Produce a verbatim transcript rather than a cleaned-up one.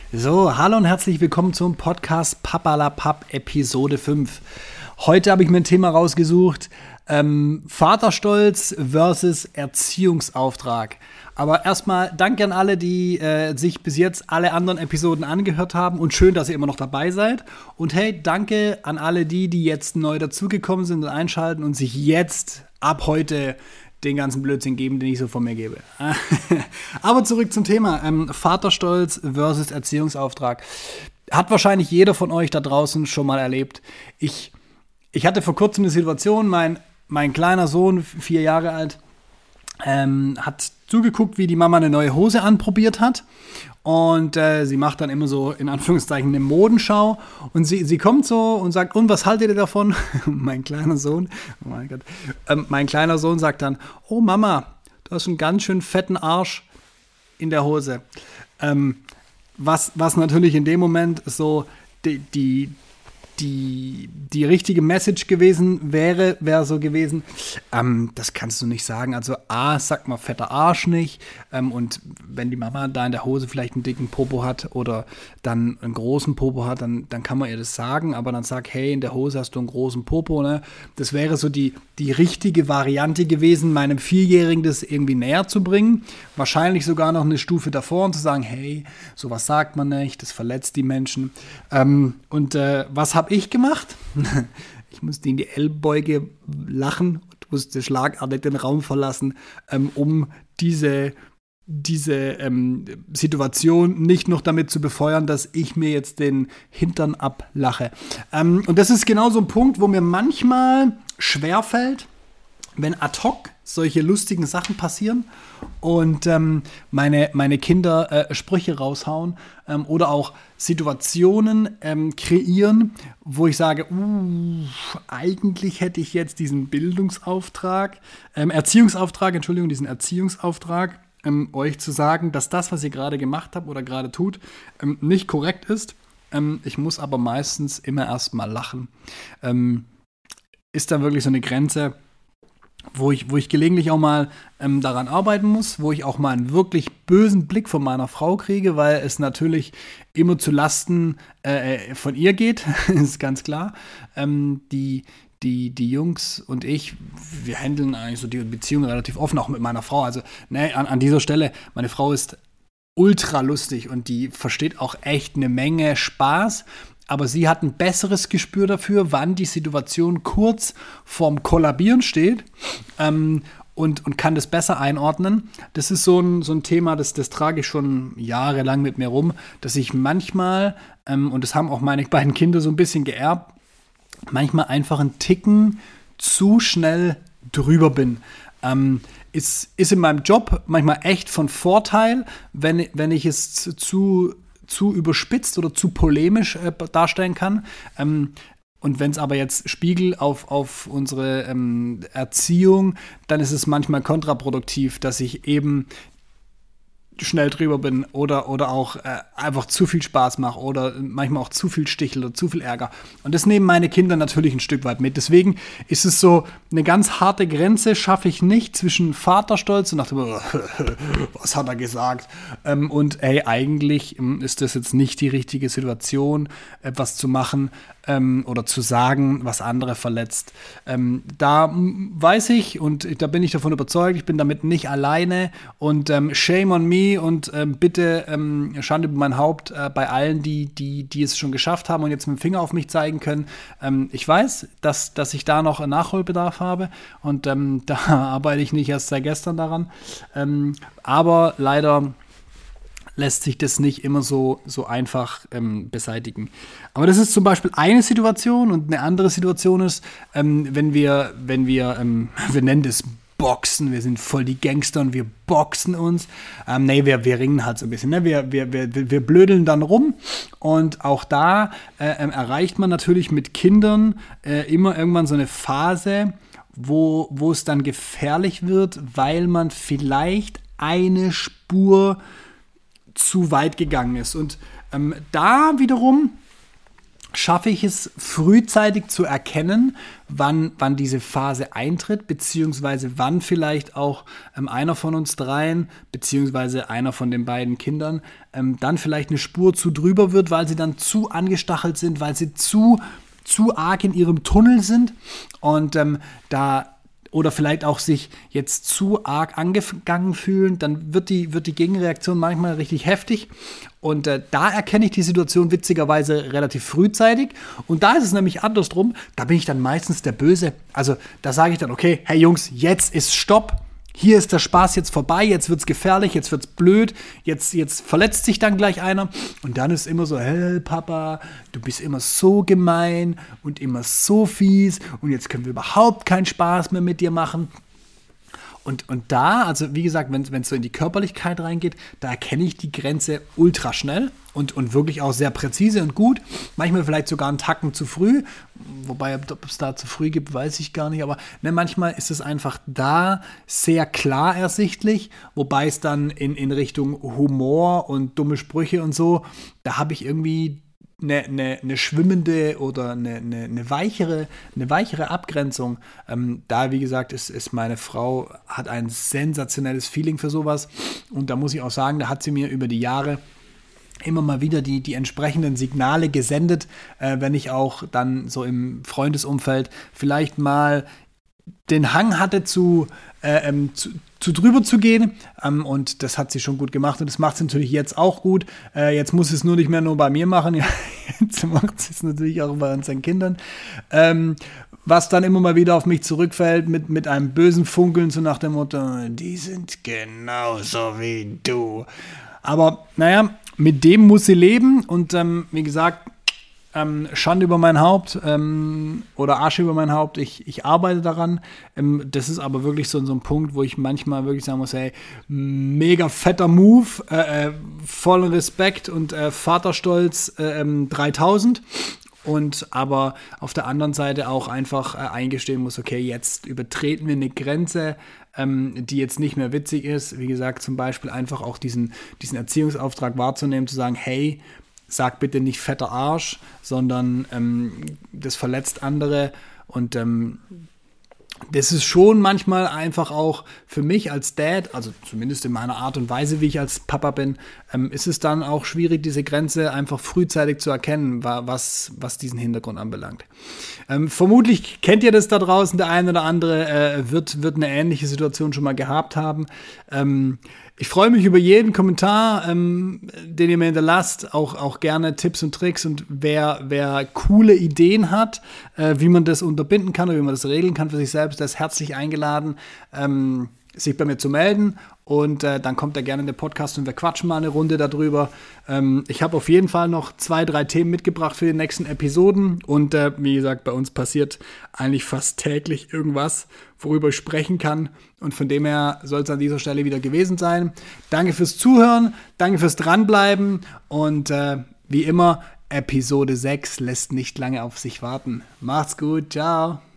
So, hallo und herzlich willkommen zum Podcast Papalapap Episode fünf. Heute habe ich mir ein Thema rausgesucht, ähm, Vaterstolz versus Erziehungsauftrag. Aber erstmal danke an alle, die äh, sich bis jetzt alle anderen Episoden angehört haben und schön, dass ihr immer noch dabei seid. Und hey, danke an alle die, die jetzt neu dazugekommen sind und einschalten und sich jetzt ab heute den ganzen Blödsinn geben, den ich so von mir gebe. Aber zurück zum Thema. Ähm, Vaterstolz versus Erziehungsauftrag. Hat wahrscheinlich jeder von euch da draußen schon mal erlebt. Ich, ich hatte vor kurzem eine Situation, mein, mein kleiner Sohn, vier Jahre alt, ähm, hat zugeguckt, wie die Mama eine neue Hose anprobiert hat. Und äh, sie macht dann immer so, in Anführungszeichen, eine Modenschau. Und sie, sie kommt so und sagt, und was haltet ihr davon? Mein kleiner Sohn, oh mein Gott, ähm, mein kleiner Sohn sagt dann, oh Mama, du hast einen ganz schön fetten Arsch in der Hose. Ähm, was, was natürlich in dem Moment so die, die, die, die richtige Message gewesen wäre, wäre so gewesen, ähm, das kannst du nicht sagen. Also A, sag mal fetter Arsch nicht. Ähm, und wenn die Mama da in der Hose vielleicht einen dicken Popo hat oder dann einen großen Popo hat, dann, dann kann man ihr das sagen. Aber dann sag, hey, in der Hose hast du einen großen Popo. Ne? Das wäre so die, die richtige Variante gewesen, meinem Vierjährigen das irgendwie näher zu bringen. Wahrscheinlich sogar noch eine Stufe davor und zu sagen, hey, sowas sagt man nicht, das verletzt die Menschen. Ähm, und äh, was habe ich gemacht? Ich musste in die Ellbeuge lachen und musste schlagartig den Raum verlassen, ähm, um diese, diese ähm, Situation nicht noch damit zu befeuern, dass ich mir jetzt den Hintern ablache. Ähm, und das ist genau so ein Punkt, wo mir manchmal schwerfällt, wenn ad hoc solche lustigen Sachen passieren und ähm, meine, meine Kinder äh, Sprüche raushauen ähm, oder auch Situationen ähm, kreieren, wo ich sage, uh, eigentlich hätte ich jetzt diesen Bildungsauftrag, ähm, Erziehungsauftrag, Entschuldigung, diesen Erziehungsauftrag, ähm, euch zu sagen, dass das, was ihr gerade gemacht habt oder gerade tut, ähm, nicht korrekt ist. Ähm, ich muss aber meistens immer erst mal lachen. Ähm, ist da wirklich so eine Grenze, wo ich, wo ich gelegentlich auch mal ähm, daran arbeiten muss, wo ich auch mal einen wirklich bösen Blick von meiner Frau kriege, weil es natürlich immer zu Lasten äh, von ihr geht, ist ganz klar. Ähm, die, die, die Jungs und ich, wir handeln eigentlich so die Beziehung relativ offen, auch mit meiner Frau. Also ne, an, an dieser Stelle, meine Frau ist ultra lustig und die versteht auch echt eine Menge Spaß. Aber sie hat ein besseres Gespür dafür, wann die Situation kurz vorm Kollabieren steht ähm, und, und kann das besser einordnen. Das ist so ein, so ein Thema, das, das trage ich schon jahrelang mit mir rum, dass ich manchmal, ähm, und das haben auch meine beiden Kinder so ein bisschen geerbt, manchmal einfach einen Ticken zu schnell drüber bin. Ähm, ist, ist in meinem Job manchmal echt von Vorteil, wenn, wenn ich es zu zu überspitzt oder zu polemisch äh, darstellen kann. Ähm, und wenn es aber jetzt Spiegel auf, auf unsere ähm, Erziehung, dann ist es manchmal kontraproduktiv, dass ich eben schnell drüber bin oder, oder auch äh, einfach zu viel Spaß mache oder manchmal auch zu viel Stichel oder zu viel Ärger. Und das nehmen meine Kinder natürlich ein Stück weit mit. Deswegen ist es so eine ganz harte Grenze, schaffe ich nicht zwischen Vaterstolz und nach dem, was hat er gesagt? Ähm, und ey, eigentlich ähm, ist das jetzt nicht die richtige Situation, etwas zu machen ähm, oder zu sagen, was andere verletzt. Ähm, da m, weiß ich und da bin ich davon überzeugt, ich bin damit nicht alleine und ähm, shame on me und ähm, bitte ähm, Schande über mein Haupt äh, bei allen, die, die, die es schon geschafft haben und jetzt mit dem Finger auf mich zeigen können. Ähm, ich weiß, dass, dass ich da noch einen Nachholbedarf habe und ähm, da arbeite ich nicht erst seit gestern daran. Ähm, aber leider lässt sich das nicht immer so, so einfach ähm, beseitigen. Aber das ist zum Beispiel eine Situation und eine andere Situation ist, ähm, wenn wir, wenn wir, ähm, wir nennen das Boxen, wir sind voll die Gangster und wir boxen uns. Ähm, nee, wir, wir ringen halt so ein bisschen. Ne? Wir, wir, wir, wir blödeln dann rum und auch da äh, erreicht man natürlich mit Kindern äh, immer irgendwann so eine Phase, wo, wo es dann gefährlich wird, weil man vielleicht eine Spur zu weit gegangen ist. Und ähm, da wiederum schaffe ich es frühzeitig zu erkennen, wann, wann diese Phase eintritt, beziehungsweise wann vielleicht auch ähm, einer von uns dreien, beziehungsweise einer von den beiden Kindern, ähm, dann vielleicht eine Spur zu drüber wird, weil sie dann zu angestachelt sind, weil sie zu, zu arg in ihrem Tunnel sind und ähm, da oder vielleicht auch sich jetzt zu arg angegangen fühlen, dann wird die, wird die Gegenreaktion manchmal richtig heftig. Und äh, da erkenne ich die Situation witzigerweise relativ frühzeitig. Und da ist es nämlich andersrum, da bin ich dann meistens der Böse. Also da sage ich dann, okay, hey Jungs, jetzt ist Stopp. Hier ist der Spaß jetzt vorbei, jetzt wird's gefährlich, jetzt wird's blöd, jetzt, jetzt verletzt sich dann gleich einer. Und dann ist immer so, hey Papa, du bist immer so gemein und immer so fies und jetzt können wir überhaupt keinen Spaß mehr mit dir machen. Und, und da, also wie gesagt, wenn es so in die Körperlichkeit reingeht, da erkenne ich die Grenze ultra schnell und, und wirklich auch sehr präzise und gut. Manchmal vielleicht sogar einen Tacken zu früh, wobei, ob es da zu früh gibt, weiß ich gar nicht. Aber ne, manchmal ist es einfach da sehr klar ersichtlich, wobei es dann in, in Richtung Humor und dumme Sprüche und so, da habe ich irgendwie Eine, eine, eine schwimmende oder eine, eine, eine, weichere, eine weichere Abgrenzung. Ähm, da, wie gesagt, ist, ist meine Frau, hat ein sensationelles Feeling für sowas. Und da muss ich auch sagen, da hat sie mir über die Jahre immer mal wieder die, die entsprechenden Signale gesendet, äh, wenn ich auch dann so im Freundesumfeld vielleicht mal den Hang hatte zu, äh, ähm, zu, zu drüber zu gehen, ähm, und das hat sie schon gut gemacht und das macht sie natürlich jetzt auch gut. Äh, jetzt muss sie es nur nicht mehr nur bei mir machen, ja, jetzt macht sie es natürlich auch bei unseren Kindern. Ähm, was dann immer mal wieder auf mich zurückfällt mit, mit einem bösen Funkeln, so nach dem Motto, die sind genauso wie du. Aber naja, mit dem muss sie leben und ähm, wie gesagt, Ähm, Schande über mein Haupt ähm, oder Asche über mein Haupt, ich, ich arbeite daran. Ähm, das ist aber wirklich so, so ein Punkt, wo ich manchmal wirklich sagen muss, hey, mega fetter Move, äh, äh, vollen Respekt und äh, Vaterstolz äh, ähm, dreitausend. Und aber auf der anderen Seite auch einfach äh, eingestehen muss, okay, jetzt übertreten wir eine Grenze, ähm, die jetzt nicht mehr witzig ist. Wie gesagt, zum Beispiel einfach auch diesen, diesen Erziehungsauftrag wahrzunehmen, zu sagen, hey, sag bitte nicht fetter Arsch, sondern ähm, das verletzt andere und ähm, das ist schon manchmal einfach auch für mich als Dad, also zumindest in meiner Art und Weise, wie ich als Papa bin, ähm, ist es dann auch schwierig, diese Grenze einfach frühzeitig zu erkennen, was, was diesen Hintergrund anbelangt. Ähm, vermutlich kennt ihr das da draußen, der eine oder andere äh, wird, wird eine ähnliche Situation schon mal gehabt haben. Ähm, Ich freue mich über jeden Kommentar, ähm, den ihr mir hinterlasst, auch, auch gerne Tipps und Tricks und wer, wer coole Ideen hat, äh, wie man das unterbinden kann oder wie man das regeln kann für sich selbst, der ist herzlich eingeladen, ähm, sich bei mir zu melden und äh, dann kommt er gerne in den Podcast und wir quatschen mal eine Runde darüber. Ähm, ich habe auf jeden Fall noch zwei, drei Themen mitgebracht für die nächsten Episoden und äh, wie gesagt, bei uns passiert eigentlich fast täglich irgendwas, worüber ich sprechen kann und von dem her soll es an dieser Stelle wieder gewesen sein. Danke fürs Zuhören, danke fürs Dranbleiben und äh, wie immer, Episode sechs lässt nicht lange auf sich warten. Macht's gut, ciao!